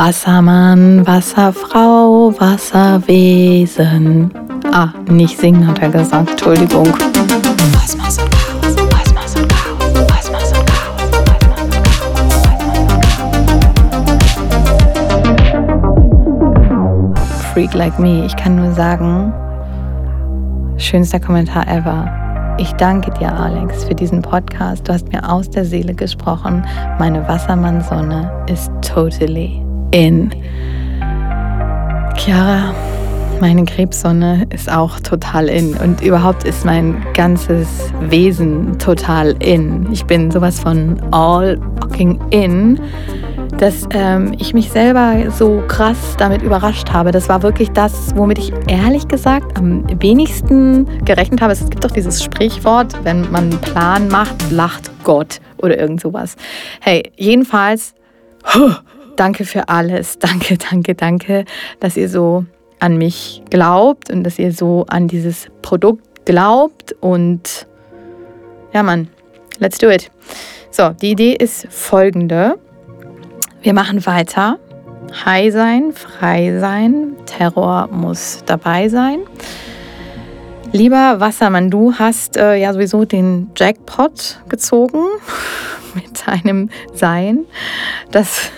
Wassermann, Wasserfrau, Wasserwesen. Nicht singen, hat er gesagt. Entschuldigung. Kosmos und Chaos, Kosmos und Chaos, Kosmos und Chaos, Kosmos und Chaos. Freak like me. Ich kann nur sagen, schönster Kommentar ever. Ich danke dir, Alex, für diesen Podcast. Du hast mir aus der Seele gesprochen. Meine Wassermann-Sonne ist totally in. Chiara, meine Krebssonne ist auch total in. Und überhaupt ist mein ganzes Wesen total in. Ich bin sowas von all fucking in, dass ich mich selber so krass damit überrascht habe. Das war wirklich das, womit ich ehrlich gesagt am wenigsten gerechnet habe. Es gibt doch dieses Sprichwort, wenn man einen Plan macht, lacht Gott oder irgend sowas. Hey, jedenfalls, danke für alles. Danke, dass ihr so an mich glaubt und dass ihr so an dieses Produkt glaubt. Und ja, Mann, let's do it. So, die Idee ist folgende. Wir machen weiter. High sein, frei sein, Terror muss dabei sein. Lieber Wassermann, du hast ja sowieso den Jackpot gezogen mit deinem Sein. Es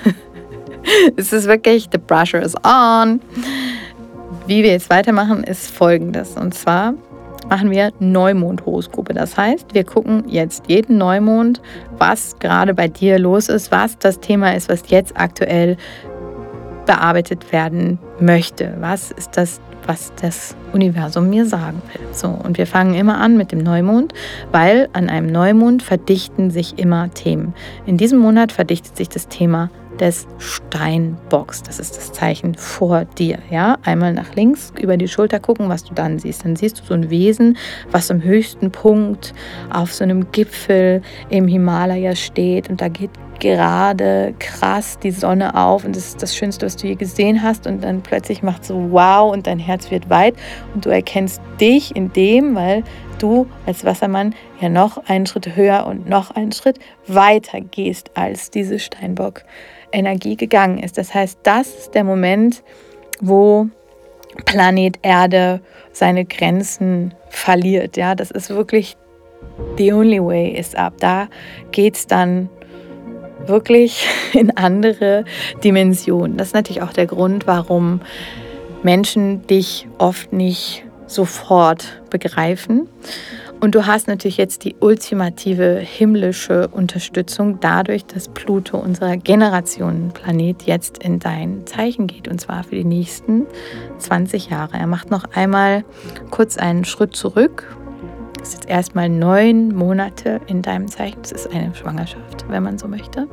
ist wirklich, the pressure is on. Wie wir jetzt weitermachen, ist folgendes. Und zwar machen wir Neumond-Horoskope. Das heißt, wir gucken jetzt jeden Neumond, was gerade bei dir los ist, was das Thema ist, was jetzt aktuell bearbeitet werden möchte. Was ist das, was das Universum mir sagen will? So, und wir fangen immer an mit dem Neumond, weil an einem Neumond verdichten sich immer Themen. In diesem Monat verdichtet sich das Thema des Steinbocks. Das ist das Zeichen vor dir. Ja? Einmal nach links über die Schulter gucken, was du dann siehst. Dann siehst du so ein Wesen, was am höchsten Punkt auf so einem Gipfel im Himalaya steht. Und da geht gerade krass die Sonne auf. Und das ist das Schönste, was du je gesehen hast. Und dann plötzlich macht so wow und dein Herz wird weit. Und du erkennst dich in dem, weil du als Wassermann ja noch einen Schritt höher und noch einen Schritt weiter gehst, als diese Steinbock-Energie gegangen ist. Das heißt, das ist der Moment, wo Planet Erde seine Grenzen verliert. Ja, das ist wirklich the only way is up. Da geht es dann wirklich in andere Dimensionen. Das ist natürlich auch der Grund, warum Menschen dich oft nicht sofort begreifen. Und du hast natürlich jetzt die ultimative himmlische Unterstützung dadurch, dass Pluto, unser Generationenplanet, jetzt in dein Zeichen geht. Und zwar für die nächsten 20 Jahre. Er macht noch einmal kurz einen Schritt zurück. Das ist jetzt erstmal 9 Monate in deinem Zeichen. Das ist eine Schwangerschaft, wenn man so möchte.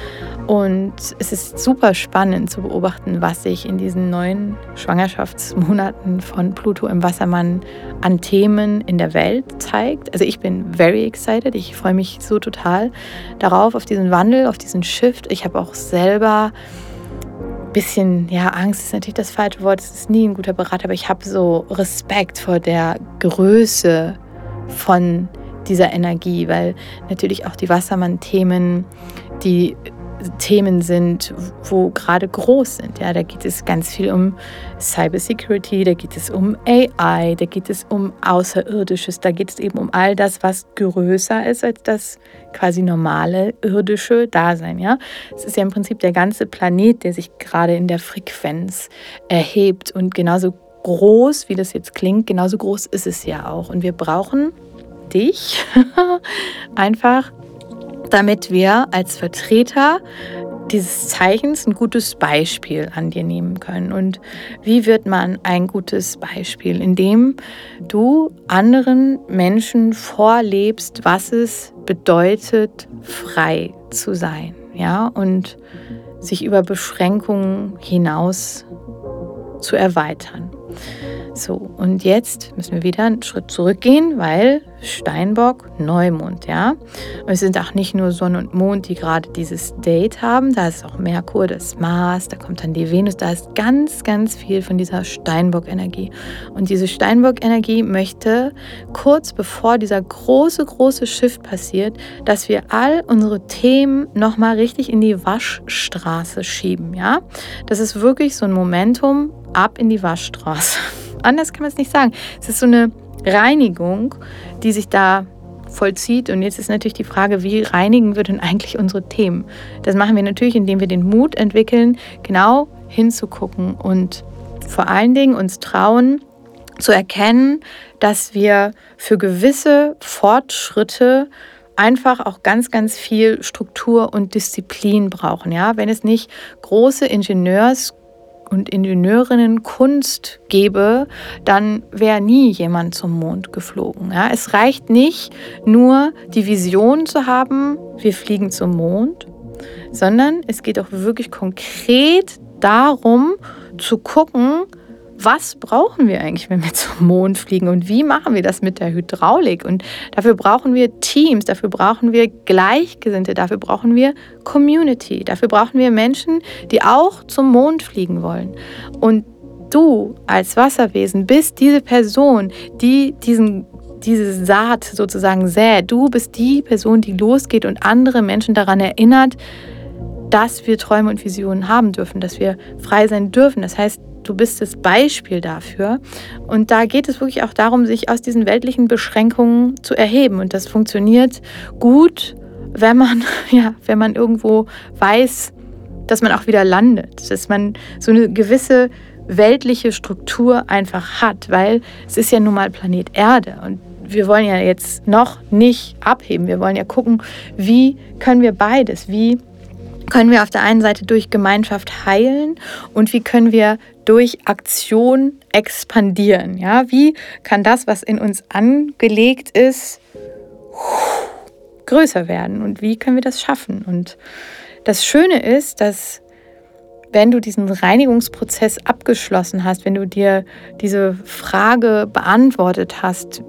Und es ist super spannend zu beobachten, was sich in diesen 9 Schwangerschaftsmonaten von Pluto im Wassermann an Themen in der Welt zeigt. Also ich bin very excited. Ich freue mich so total darauf, auf diesen Wandel, auf diesen Shift. Ich habe auch selber ein bisschen, Angst ist natürlich das falsche Wort. Es ist nie ein guter Berater, aber ich habe so Respekt vor der Größe von dieser Energie, weil natürlich auch die Wassermann-Themen, die Themen sind, wo gerade groß sind. Ja, da geht es ganz viel um Cybersecurity, da geht es um AI, da geht es um Außerirdisches, da geht es eben um all das, was größer ist als das quasi normale irdische Dasein. Ja, es ist ja im Prinzip der ganze Planet, der sich gerade in der Frequenz erhebt und genauso groß, wie das jetzt klingt, genauso groß ist es ja auch. Und wir brauchen dich einfach, damit wir als Vertreter dieses Zeichens ein gutes Beispiel an dir nehmen können. Und wie wird man ein gutes Beispiel? Indem du anderen Menschen vorlebst, was es bedeutet, frei zu sein, ja, und sich über Beschränkungen hinaus zu erweitern. So, und jetzt müssen wir wieder einen Schritt zurückgehen, weil Steinbock, Neumond, ja. Und es sind auch nicht nur Sonne und Mond, die gerade dieses Date haben. Da ist auch Merkur, das ist Mars, da kommt dann die Venus. Da ist ganz, ganz viel von dieser Steinbock-Energie. Und diese Steinbock-Energie möchte, kurz bevor dieser große, große Shift passiert, dass wir all unsere Themen nochmal richtig in die Waschstraße schieben, ja. Das ist wirklich so ein Momentum, ab in die Waschstraße. Anders kann man es nicht sagen. Es ist so eine Reinigung, die sich da vollzieht. Und jetzt ist natürlich die Frage, wie reinigen wir denn eigentlich unsere Themen? Das machen wir natürlich, indem wir den Mut entwickeln, genau hinzugucken und vor allen Dingen uns trauen, zu erkennen, dass wir für gewisse Fortschritte einfach auch ganz, ganz viel Struktur und Disziplin brauchen. Ja? Wenn es nicht große und Ingenieurinnen Kunst gäbe, dann wäre nie jemand zum Mond geflogen. Ja? Es reicht nicht nur die Vision zu haben, wir fliegen zum Mond, sondern es geht auch wirklich konkret darum zu gucken, was brauchen wir eigentlich, wenn wir zum Mond fliegen und wie machen wir das mit der Hydraulik? Und dafür brauchen wir Teams, dafür brauchen wir Gleichgesinnte, dafür brauchen wir Community, dafür brauchen wir Menschen, die auch zum Mond fliegen wollen. Und du als Wasserwesen bist diese Person, die diese Saat sozusagen sät. Du bist die Person, die losgeht und andere Menschen daran erinnert, dass wir Träume und Visionen haben dürfen, dass wir frei sein dürfen. Das heißt, du bist das Beispiel dafür. Und da geht es wirklich auch darum, sich aus diesen weltlichen Beschränkungen zu erheben. Und das funktioniert gut, wenn man irgendwo weiß, dass man auch wieder landet, dass man so eine gewisse weltliche Struktur einfach hat, weil es ist ja nun mal Planet Erde und wir wollen ja jetzt noch nicht abheben. Wir wollen ja gucken, wie können wir beides, wie können wir auf der einen Seite durch Gemeinschaft heilen und wie können wir durch Aktion expandieren. Ja? Wie kann das, was in uns angelegt ist, größer werden und wie können wir das schaffen? Und das Schöne ist, dass wenn du diesen Reinigungsprozess abgeschlossen hast, wenn du dir diese Frage beantwortet hast,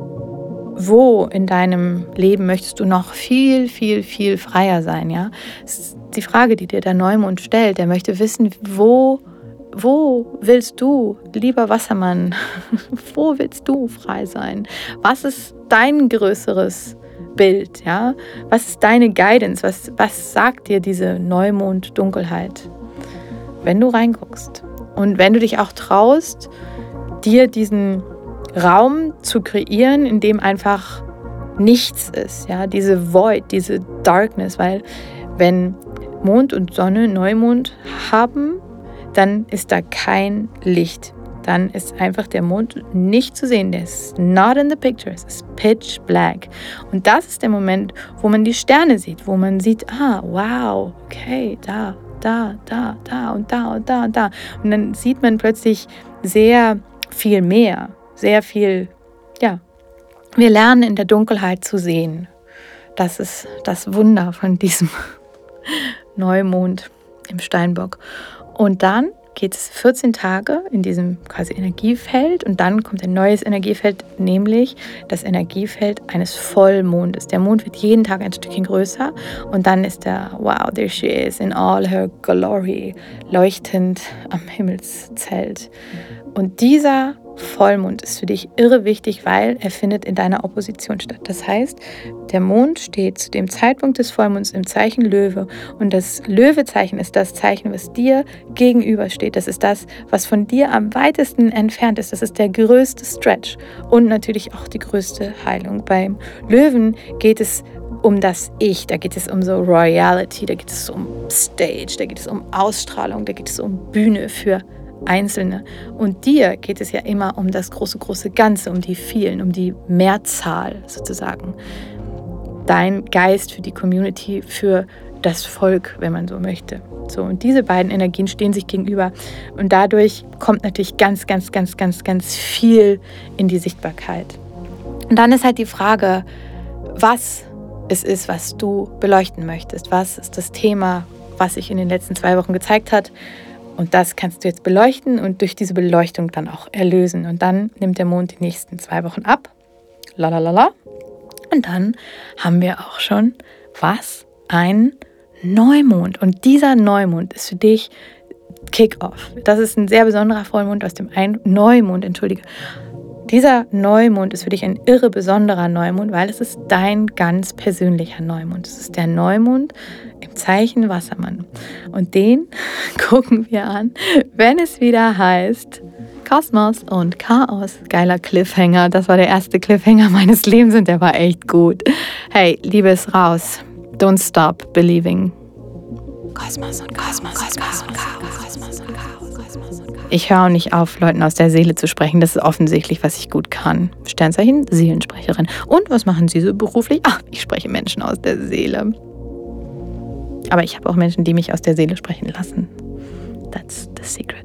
wo in deinem Leben möchtest du noch viel, viel, viel freier sein, ja? Das ist die Frage, die dir der Neumond stellt. Der möchte wissen, wo willst du, lieber Wassermann, wo willst du frei sein? Was ist dein größeres Bild, ja? Was ist deine Guidance? Was sagt dir diese Neumond-Dunkelheit, wenn du reinguckst? Und wenn du dich auch traust, dir diesen Raum zu kreieren, in dem einfach nichts ist, ja, diese Void, diese Darkness, weil wenn Mond und Sonne Neumond haben, dann ist da kein Licht. Dann ist einfach der Mond nicht zu sehen. Der ist not in the picture. Es ist pitch black. Und das ist der Moment, wo man die Sterne sieht, wo man sieht, wow, okay, da und da und da und da. Und dann sieht man plötzlich sehr viel mehr, sehr viel, ja. Wir lernen in der Dunkelheit zu sehen. Das ist das Wunder von diesem Neumond im Steinbock. Und dann geht es 14 Tage in diesem quasi Energiefeld und dann kommt ein neues Energiefeld, nämlich das Energiefeld eines Vollmondes. Der Mond wird jeden Tag ein Stückchen größer und dann ist er, wow, there she is in all her glory, leuchtend am Himmelszelt. Und dieser Vollmond ist für dich irre wichtig, weil er findet in deiner Opposition statt. Das heißt, der Mond steht zu dem Zeitpunkt des Vollmonds im Zeichen Löwe und das Löwezeichen ist das Zeichen, was dir gegenübersteht. Das ist das, was von dir am weitesten entfernt ist. Das ist der größte Stretch und natürlich auch die größte Heilung. Beim Löwen geht es um das Ich, da geht es um so Royalty, da geht es um Stage, da geht es um Ausstrahlung, da geht es um Bühne für Einzelne. Und dir geht es ja immer um das große, große Ganze, um die vielen, um die Mehrzahl sozusagen. Dein Geist für die Community, für das Volk, wenn man so möchte. So, und diese beiden Energien stehen sich gegenüber. Und dadurch kommt natürlich ganz, ganz, ganz, ganz, ganz viel in die Sichtbarkeit. Und dann ist halt die Frage, was es ist, was du beleuchten möchtest. Was ist das Thema, was sich in den letzten 2 Wochen gezeigt hat? Und das kannst du jetzt beleuchten und durch diese Beleuchtung dann auch erlösen. Und dann nimmt der Mond die nächsten 2 Wochen ab. Lalalala. Und dann haben wir auch schon ein Neumond. Und dieser Neumond ist für dich Kick-Off. Das ist ein sehr besonderer Vollmond aus dem Dieser Neumond ist für dich ein irre besonderer Neumond, weil es ist dein ganz persönlicher Neumond. Es ist der Neumond im Zeichen Wassermann. Und den gucken wir an, wenn es wieder heißt Kosmos und Chaos. Geiler Cliffhanger. Das war der erste Cliffhanger meines Lebens und der war echt gut. Hey, Liebes raus. Don't stop believing. Kosmos und Kosmos und Chaos. Kosmos und Chaos. Ich höre auch nicht auf, Leuten aus der Seele zu sprechen. Das ist offensichtlich, was ich gut kann. Sternzeichen, Seelensprecherin. Und was machen Sie so beruflich? Ich spreche Menschen aus der Seele. Aber ich habe auch Menschen, die mich aus der Seele sprechen lassen. That's the secret.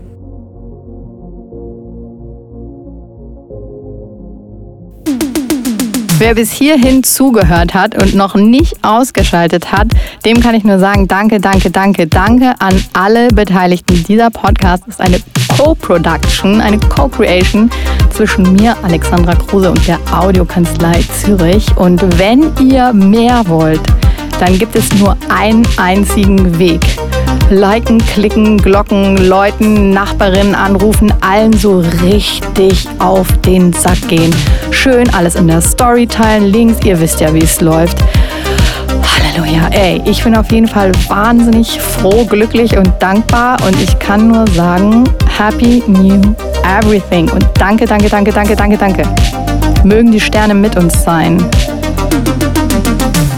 Wer bis hierhin zugehört hat und noch nicht ausgeschaltet hat, dem kann ich nur sagen, danke an alle Beteiligten. Dieser Podcast ist eine Co-Production, eine Co-Creation zwischen mir, Alexandra Kruse, und der Audiokanzlei Zürich. Und wenn ihr mehr wollt, dann gibt es nur einen einzigen Weg. Liken, klicken, Glocken, Leuten, Nachbarinnen anrufen, allen so richtig auf den Sack gehen. Schön alles in der Story teilen, Links, ihr wisst ja, wie es läuft. Halleluja, ich bin auf jeden Fall wahnsinnig froh, glücklich und dankbar und ich kann nur sagen, Happy New Everything und danke. Mögen die Sterne mit uns sein.